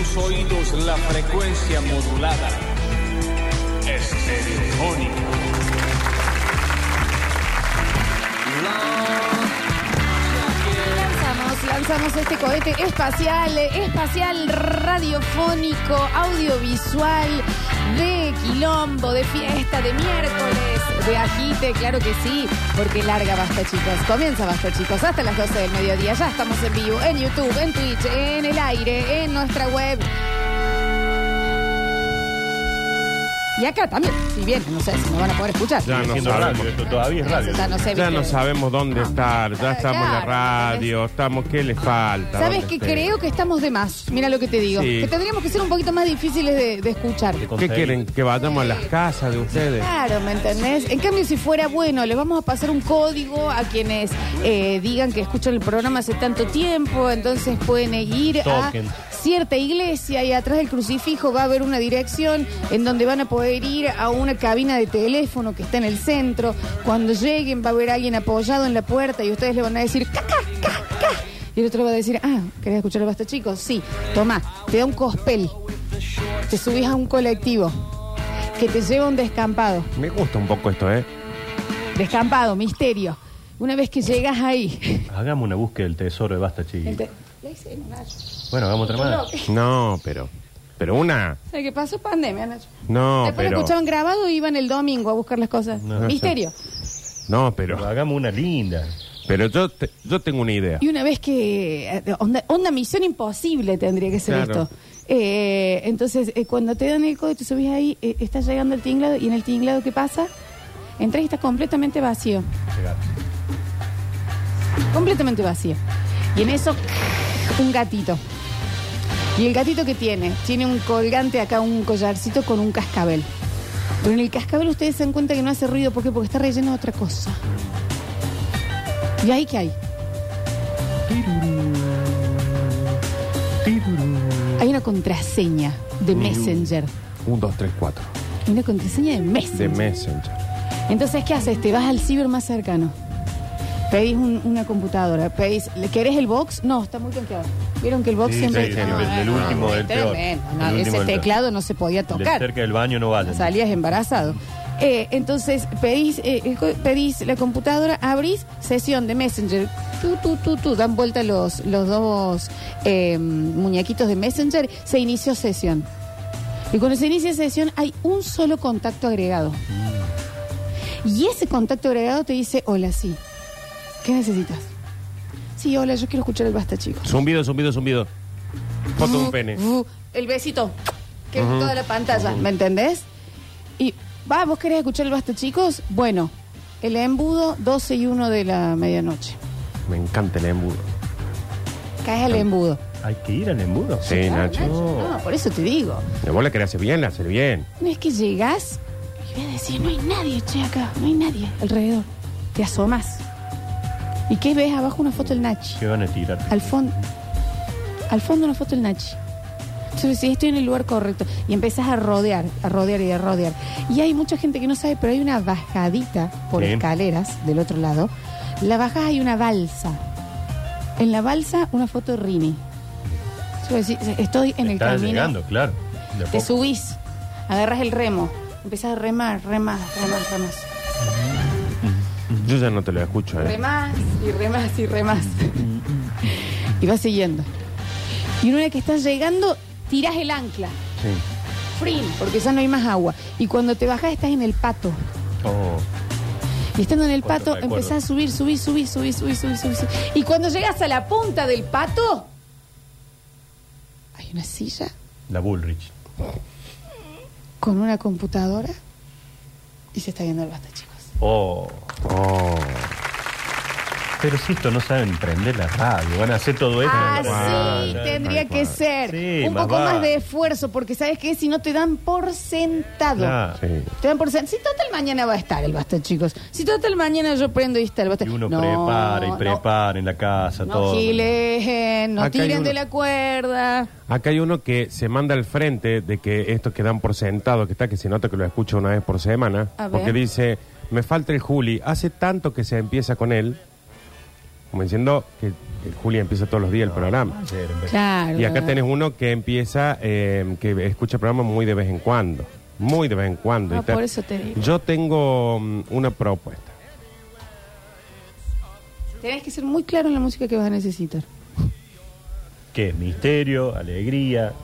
tus oídos la frecuencia modulada. Estereofónica. Lanzamos este cohete espacial radiofónico, audiovisual, de quilombo, de fiesta, de miércoles, de agite, claro que sí, porque larga Basta Chicos. Comienza Basta Chicos hasta las 12 del mediodía. Ya estamos en vivo, en YouTube, en Twitch, en el aire, en nuestra web. Y acá también, si bien, no sé si me van a poder escuchar. Ya no sabemos. Esto todavía es radio. Ya no sabemos dónde estar. Ya estamos en la radio. Estamos, ¿qué le falta? ¿Sabes qué? Creo que estamos de más. Mira lo que te digo. Sí. Que tendríamos que ser un poquito más difíciles de escuchar. ¿Qué quieren? ¿Que vayamos a las casas de ustedes? Claro, ¿me entendés? En cambio, si fuera bueno, le vamos a pasar un código a quienes digan que escuchan el programa hace tanto tiempo, entonces pueden ir Token. a cierta iglesia y atrás del crucifijo va a haber una dirección en donde van a poder ir a una cabina de teléfono que está en el centro. Cuando lleguen va a haber alguien apoyado en la puerta y ustedes le van a decir ¡caca, caca, caca! Y el otro va a decir, ¿querés escuchar el Basta Chicos? Sí, toma, te da un cospel, te subís a un colectivo que te lleva a un descampado. Me gusta un poco esto, ¿eh? Descampado, misterio. Una vez que llegas ahí... Hagamos una búsqueda del tesoro de Basta Chicos. Bueno, hagamos otra más. No, pero una... ¿Sabes qué pasó? Pandemia, Nacho. No, Después lo escuchaban grabado y iban el domingo a buscar las cosas. No, misterio. No, pero Hagamos una linda. yo tengo una idea. Y una vez que... Onda Misión Imposible tendría que ser Claro. esto. Entonces, cuando te dan el código, te subís ahí, estás llegando al tinglado, y en el tinglado, ¿qué pasa? Entras y está completamente vacío. Llegar. Completamente vacío. Y en eso, un gatito. ¿Y el gatito qué tiene? Tiene un colgante acá, un collarcito con un cascabel. Pero en el cascabel ustedes se dan cuenta que no hace ruido. ¿Por qué? Porque está relleno de otra cosa. ¿Y ahí qué hay? Hay una contraseña de Messenger. 1, 2, 3, 4. Una contraseña de Messenger. De Messenger. Entonces, ¿qué haces? Te vas al ciber más cercano. Pedís una computadora. ¿Querés el box? No, está muy blanqueado. ¿Vieron que el box Sí, siempre... sí, el último del peor. tremendo. No, El último ese del teclado no se podía De tocar. cerca del baño no vale. Salías embarazado. Entonces, pedís la computadora, abrís sesión de Messenger. Dan vuelta los dos muñequitos de Messenger. Se inició sesión. Y cuando se inicia sesión hay un solo contacto agregado. Y ese contacto agregado te dice, hola, sí. ¿Qué necesitas? Sí, hola, yo quiero escuchar el Basta Chicos. Zumbido. Foto de un pene. El besito que es toda la pantalla, ¿me entendés? Y, ¿vos querés escuchar el Basta Chicos? Bueno, el embudo 12 y 1 de la medianoche. Me encanta el embudo. Caes al embudo. Hay que ir al embudo. Sí, Claro, Nacho. No, por eso te digo. Vos la querés hacer bien, la hacer bien. No es que llegás y voy a decir, no hay nadie, che, acá. No hay nadie alrededor. Te asomás. ¿Y qué ves? Abajo una foto del Nachi. ¿Qué van a tirar? Al fondo una foto del Nachi. Entonces, sí, estoy en el lugar correcto. Y empezás a rodear. Y hay mucha gente que no sabe, pero hay una bajadita por Sí. escaleras del otro lado. La bajada hay una balsa. En la balsa, una foto de Rini. Yo decir, estoy en el Está camino. llegando, claro. De a Te poco. subís, agarras el remo, empezás a remás. Yo ya no te lo escucho, ¿eh? Remás. Y vas siguiendo. Y una vez que estás llegando, tirás el ancla. Sí. Frin, porque ya no hay más agua. Y cuando te bajás estás en el pato. Oh. Y estando en el Cuánto pato, recuerdo. empezás a subir. Y cuando llegas a la punta del pato, hay una silla La Bullrich. con una computadora y se está viendo el Basta Chicos. Oh. Pero si esto no saben prender la radio, van a hacer todo esto. Sí, tendría que ser. Sí, un más poco más vale. de esfuerzo, porque ¿sabes qué? Si no te dan por sentado. Claro. Sí. Te dan por sentado. Si total mañana va a estar el Basta Chicos. Si total mañana yo prendo y está el Basta. Y uno No, prepara en la casa, No todo. gilen, no Acá hay tiren uno. de la cuerda. Acá hay uno que se manda al frente de que estos que dan por sentado, que se nota que lo escucha una vez por semana, A ver. porque dice, me falta el Juli, hace tanto que se empieza con él, Como diciendo que Julia empieza todos los días el programa. Claro. Y acá tenés uno que empieza, que escucha el programa muy de vez en cuando. Muy de vez en cuando. Ah, por eso te digo. Yo tengo una propuesta. Tenés que ser muy claro en la música que vas a necesitar. ¿Qué? Misterio, alegría.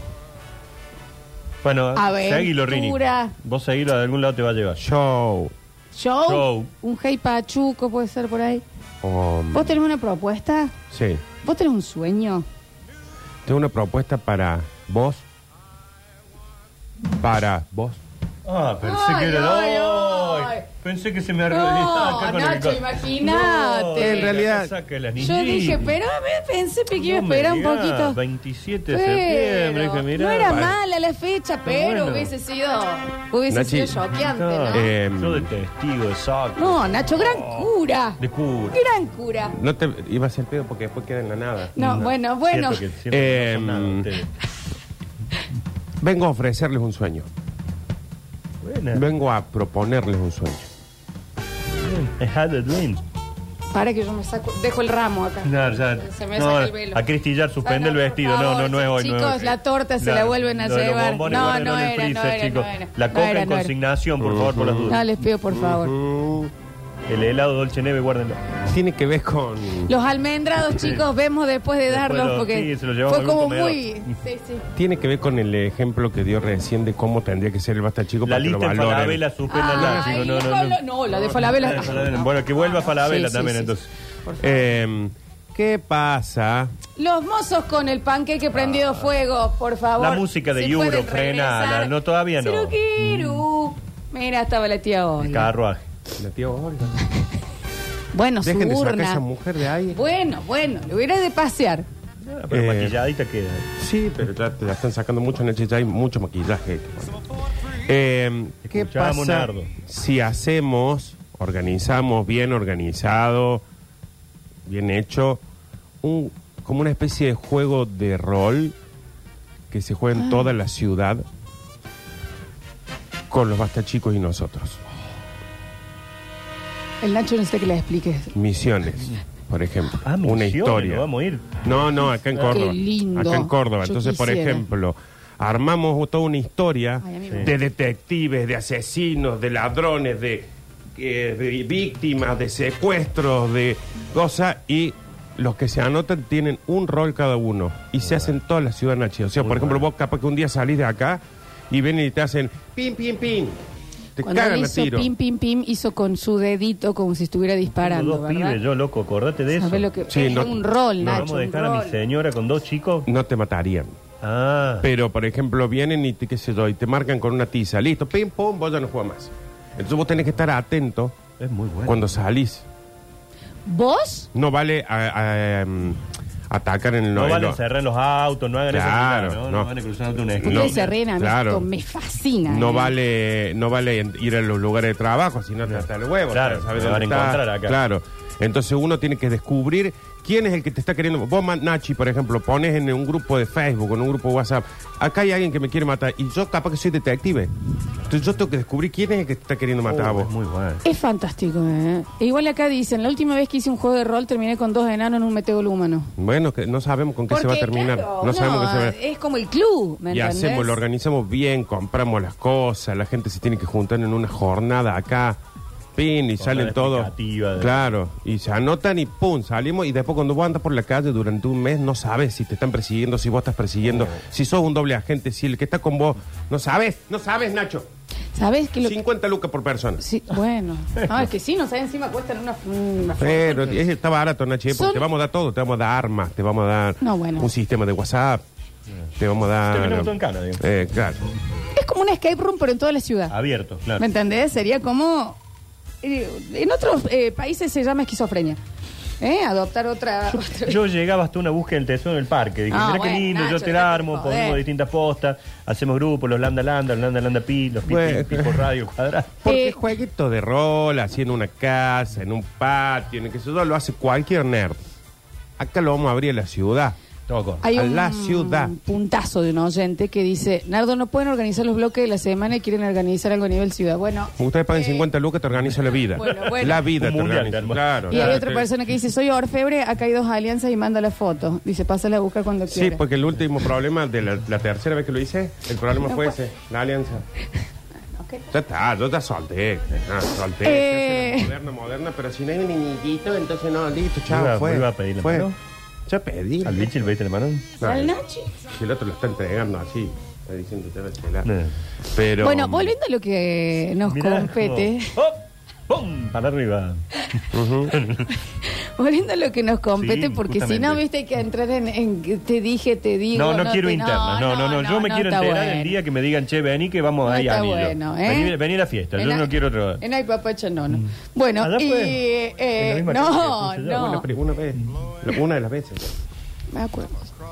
Bueno, seguilo, Rini. Vos seguilo, de algún lado te va a llevar. Show. Show. Un Hey Pachuco puede ser por ahí. ¿Vos tenés una propuesta? Sí. ¿Vos tenés un sueño? Tengo una propuesta para vos. Pensé que era pensé que se me No, Nacho, imagínate. En realidad, yo dije, pero pensé que iba a esperar un poquito. 27 de septiembre, que mirá. No era mala la fecha, pero hubiese sido choqueante, ¿no? Yo de testigo, exacto. No, Nacho, gran cura. De cura. Gran cura. no te iba a hacer pedo porque después queda en la nada. No, bueno. Siento que no son nada ustedes. Vengo a ofrecerles un sueño. Buena. Vengo a proponerles un sueño. I had a dream. Para que yo me saco, dejo el ramo acá. No, ya. Se me saca el velo. A Cristillar suspende el vestido. Por favor, No es hoy. chicos, no es hoy. la torta se la vuelven a Lo de los llevar. bombones, No guárdenlo en el freezer, chicos. La coca en consignación, por favor, por las dudas. No, les pido por favor. El helado Dolce Neve, guárdenlo. Tiene que ver con... Los almendrados, chicos, vemos después de darlos porque se los llevamos fue como algún comedor. muy... Sí. Tiene que ver con el ejemplo que dio recién de cómo tendría que ser el Basta Chico La para que lo lista en valoren. Falabella, suspéndanla, Ay, chicos. no, la de Falabella. Bueno, que vuelva Falabella Sí, también, sí, entonces. Por favor. ¿Qué pasa? Los mozos con el panqueque prendido fuego, por favor. La música de ¿Se Euro, pueden frenala. regresar? No, todavía no. Pero quiero. Mira, estaba la tía hoy. El carruaje. La tía Olga. Bueno, su Dejen de sacar a esa urna. mujer de ahí. Bueno, le hubiera de pasear. Pero maquilladita queda. Sí, pero ya están sacando mucho en el ya hay mucho maquillaje. ¿Qué Escuchamos, pasa Nardo. si organizamos bien organizado, bien hecho, como una especie de juego de rol que se juega en toda la ciudad con los Basta Chicos y nosotros? El Nacho necesita que le expliques. Misiones, por ejemplo. una Misiones, historia. ¿no vamos a ir? No, acá en Córdoba. Qué lindo. Acá en Córdoba. Yo Entonces, por quisiera. ejemplo, armamos toda una historia Ay, a mí me de detectives, de asesinos, de ladrones, de víctimas, de secuestros, de cosas, y los que se anotan tienen un rol cada uno y se hacen toda la ciudad, Nachi. O sea, por ejemplo, vos capaz que un día salís de acá y vienen y te hacen pim, pim, pim. Te Cuando cagan él a hizo tiro. pim, hizo con su dedito como si estuviera disparando, Tengo dos ¿verdad? pibes, yo loco, acordate de eso. ¿Sabés lo que Sí, es no- un rol, ¿No Nacho? vamos a dejar un a rol. mi señora con dos chicos? No te matarían. Ah. Pero, por ejemplo, vienen y qué sé yo, y te marcan con una tiza. Listo, pim, pum, vos ya no juegas más. Entonces vos tenés que estar atento Es muy bueno. cuando salís. ¿Vos? No vale atacar en el... No van a lo- encerrar en los autos, no hagan Claro, eso. no. No van a cruzar una Ustedes No, se ríen a mí, claro. esto me fascina. No vale ir a los lugares de trabajo, sino hasta el huevo. Claro, ¿sabes me van dónde a está? encontrar acá. Claro. Entonces uno tiene que descubrir quién es el que te está queriendo. Vos, Nachi, por ejemplo, pones en un grupo de Facebook, en un grupo de WhatsApp, acá hay alguien que me quiere matar y yo capaz que soy detective. Entonces yo tengo que descubrir quién es el que te está queriendo matar a vos. Es muy bueno. Es fantástico, ¿eh? Igual acá dicen, la última vez que hice un juego de rol terminé con 2 enanos en un metegol humano. Bueno, que no sabemos con qué se va a terminar. Claro, no sabemos qué se va a... es como el club, ¿me Y entendés? lo organizamos bien, compramos las cosas, la gente se tiene que juntar en una jornada acá, pin, y salen todos. explicativa de- Claro, y se anotan y pum, salimos, y después cuando vos andas por la calle durante un mes, no sabes si te están persiguiendo, si vos estás persiguiendo, si sos un doble agente, si el que está con vos, no sabes, Nacho. ¿Sabes qué? 50 lucas por persona. Sí, bueno. No, es que sí, no sé, encima cuestan una Pero está barato, Nachi, porque Son- te vamos a dar todo, te vamos a dar armas, te vamos a dar No, bueno. un sistema de WhatsApp, te vamos a dar... Terminamos todo en cana, digamos. Claro. Es como un escape room, pero en toda la ciudad. Abierto, claro. ¿Me entendés? Sería como... en otros países se llama esquizofrenia. Adoptar otra... Yo llegaba hasta una búsqueda del tesoro en el parque. Dije, Ah, mira qué bueno, lindo, Nacho, yo te la dejate armo, joder. ponemos distintas postas, hacemos grupos, los landa pi, los pi, Bueno. pi por radio cuadrado. Porque jueguito de rol, así en una casa, en un patio, en el que eso lo hace cualquier nerd. Acá lo vamos a abrir en la ciudad. Hay A un la ciudad. puntazo de un oyente que dice, Nardo, no pueden organizar los bloques de la semana y quieren organizar algo a nivel ciudad. Bueno. Ustedes pagan 50 lucas, te organiza la vida. Bueno. La vida Un te mundial, organiza. hermano. Claro. Y hay otra persona que dice, soy orfebre, acá hay 2 alianzas y manda la foto. Dice, pásala a buscar cuando Sí, quiera. porque el último problema de la tercera vez que lo hice, el problema fue ese, la alianza. Ok. Ya está, yo ya solté. Eh. Moderna, pero si no hay un niñito, entonces no, listo, chao, ¿Iba- fue. iba a pedir la fue. mano? Ya pedí. ¿Al bicho le pediste la mano? No, ¿Al Nachi? Si el otro lo está entregando así, está diciendo te va a chelar. No. Pero. Bueno, volviendo a lo que nos Mirá, compete. ¡hop! ¡Pum! Para arriba. Volviendo a lo que nos compete, Sí, porque si justamente. no, viste, hay que entrar en te dije, te digo. No quiero te- interna. No. Yo me quiero está enterar bueno. el día que me digan, che, vení que vamos No ahí está a anillo. bueno, ¿eh? Vení a la fiesta. Yo En no quiero otro. En Ay Papacha no. Bueno, Allá y fue. En la misma no, calle, puse yo. no, Una vez. Una de las veces. me acuerdo.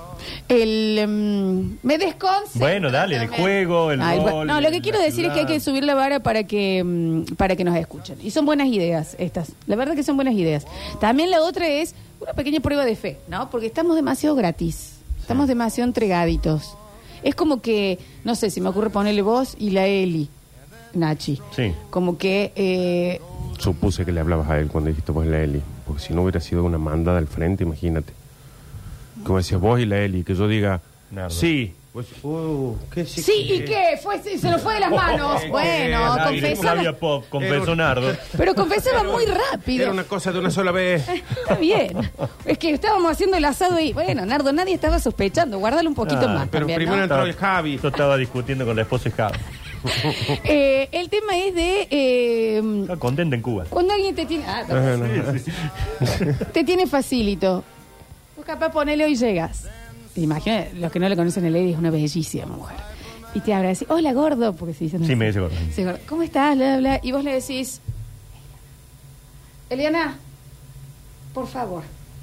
Me desconcentro. Bueno, dale, el también. juego, el Ay, rol, no, lo que quiero la decir es que hay que subir la vara para que nos escuchen. Y son buenas ideas estas. La verdad que son buenas ideas. También la otra es una pequeña prueba de fe, ¿no? Porque estamos demasiado gratis. Estamos demasiado entregaditos. Es como que, no sé, si me ocurre ponerle vos y la Eli, Nachi. Sí. Como que... Supuse que le hablabas a él cuando dijiste vos y la Eli. Porque si no hubiera sido una mandada al frente, imagínate. Como decías vos y la Eli, que yo diga, Nardo. sí. Pues, ¿qué Sí, ¿y qué? Se nos fue de las manos. Bueno, Flavia confesaba. Flavia Pop, confesó Nardo. Pero confesaba muy rápido. Era una cosa de una sola vez. Está bien. Es que estábamos haciendo el asado y, bueno, Nardo, nadie estaba sospechando. Guárdalo un poquito más pero también, primero ¿no? entró el Javi. Yo estaba discutiendo con la esposa de Javi. El tema es de... Estaba contenta en Cuba. cuando alguien te tiene... te tiene facilito. Vos capaz ponele hoy llegas. Imagina, los que no le conocen a Lady es una bellísima mujer. Y te habla así, hola gordo, porque se dicen Sí, así. me dice gordo. Sí, gordo. ¿Cómo estás? Bla, bla. Y vos le decís, Eliana, por favor.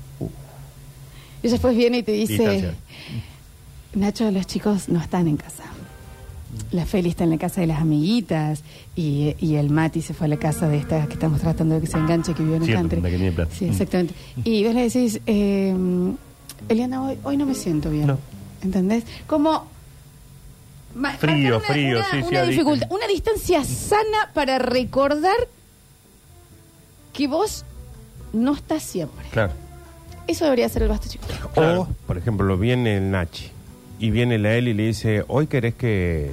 Y después viene y te dice, Distancia. Nacho, los chicos no están en casa. La Feli está en la casa de las amiguitas y el Mati se fue a la casa de esta que estamos tratando de que se enganche, que vive en el Cierto, country. la que tiene plata. Sí, exactamente. Y vos le decís, Eliana, hoy no me siento bien. No. ¿Entendés? Como... Frío, marcar frío, una, sí, sí, una adicto. dificultad, una distancia sana para recordar que vos no estás siempre. Claro. Eso debería ser el basta, chicos. Claro. O, por ejemplo, viene el Nachi y viene la Eli y le dice, ¿hoy querés que...?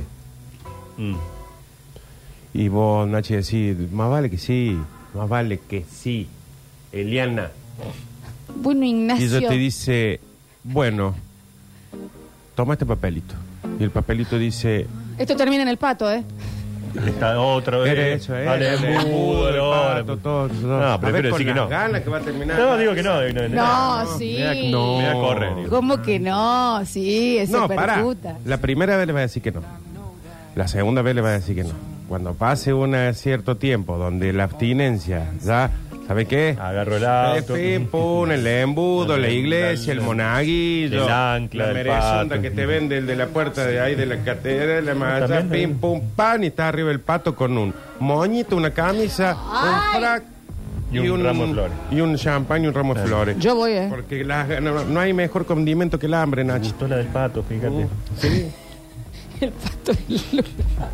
Y vos, Nachi, decís, más vale que sí, más vale que sí, Eliana. Bueno, Ignacio. Y ella te dice, bueno, toma este papelito. Y el papelito dice, Esto termina en el pato, ¿eh? Está otra vez. era eso, Vale, el embudo, el ahora. pato, todo. No, prefiero decir que no. Ganas que va a terminar. No, digo que no. No, sí. Me voy a correr. digo. ¿Cómo que no? Sí, eso No, pará. percuta. La primera vez le va a decir que no. La segunda vez le va a decir que no. Cuando pase un cierto tiempo donde la abstinencia ya, ¿sabe qué? Agarro el auto. Pim, pum, el embudo, la iglesia, el monaguillo, el ancla, la el merezonda pato. que te vende el de la puerta de ahí de la catedral, la malla, también, pim, pum, pan, y está arriba el pato con un moñito, una camisa, un frac Y un ramo de flores. Y un champán y un ramo de flores. Yo voy, Porque no hay mejor condimento que el hambre, Me Nachi. gustó la del pato, fíjate. Sí. El pato y el luna.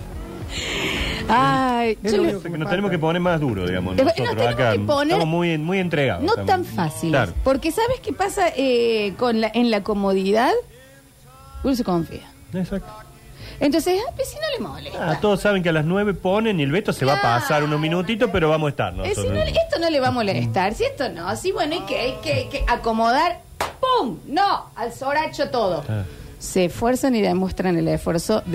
Ay, Es yo lo le- único Que nos tenemos que poner más duro, digamos. Nos Nosotros tenemos acá que poner- estamos muy entregados. no estamos. tan fáciles. Claro. Porque ¿sabes qué pasa en la comodidad? Uno se confía. Exacto. Entonces, pues si no le molesta. Todos saben que a las 9 ponen y el Beto se va a pasar unos minutitos, pero vamos a estar Si nosotros. no, esto no le va a molestar, si esto no, sí, bueno, hay que acomodar, ¡pum! No, al soracho todo. Ah. Se esfuerzan y demuestran el esfuerzo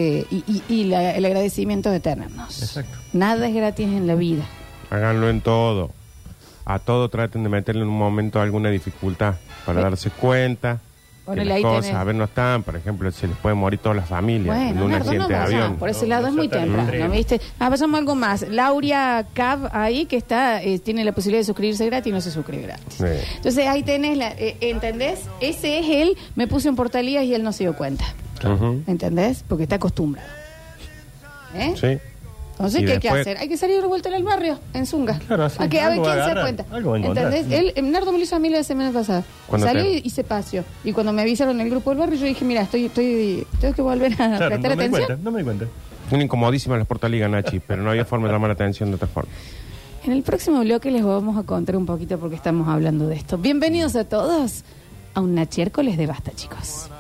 y el agradecimiento de tenernos. Exacto. Nada es gratis en la vida. Háganlo en todo. A todo traten de meterle en un momento alguna dificultad para darse cuenta que Ponele las ahí cosas tenés. a ver no están. Por ejemplo, se les puede morir todas las familias en Bueno, un Nardo, no accidente de vayamos avión. por ese No, lado, no es muy sea tan temprano, extremo. ¿viste? Vayamos algo más. Lauria Cab ahí, que está tiene la posibilidad de suscribirse gratis y no se suscribe gratis. Sí. Entonces ahí tenés, ¿entendés? Ese es él, me puse en portalías y él no se dio cuenta. Ujú. ¿Entendés? Porque está acostumbrado. ¿Eh? Sí. Entonces, Y ¿qué hay que después- hacer? Hay que salir de vuelta al barrio, en Zunga. Claro, así, a que a ver algo va quién a se da agarrar, cuenta. algo va a encontrar. ¿Entendés? Nardo me lo hizo a mí la semana pasada. Cuando Salió te- y se paseó. Y cuando me avisaron en el grupo del barrio, yo dije, mira, tengo que volver a Claro, prestar no me di atención. cuenta, no me di cuenta. Son incomodísimas las Portaligas, Nachi, pero no había forma de llamar la atención de otra forma. En el próximo bloque les vamos a contar un poquito porque estamos hablando de esto. Bienvenidos a todos a un Nachiércoles de Basta, chicos.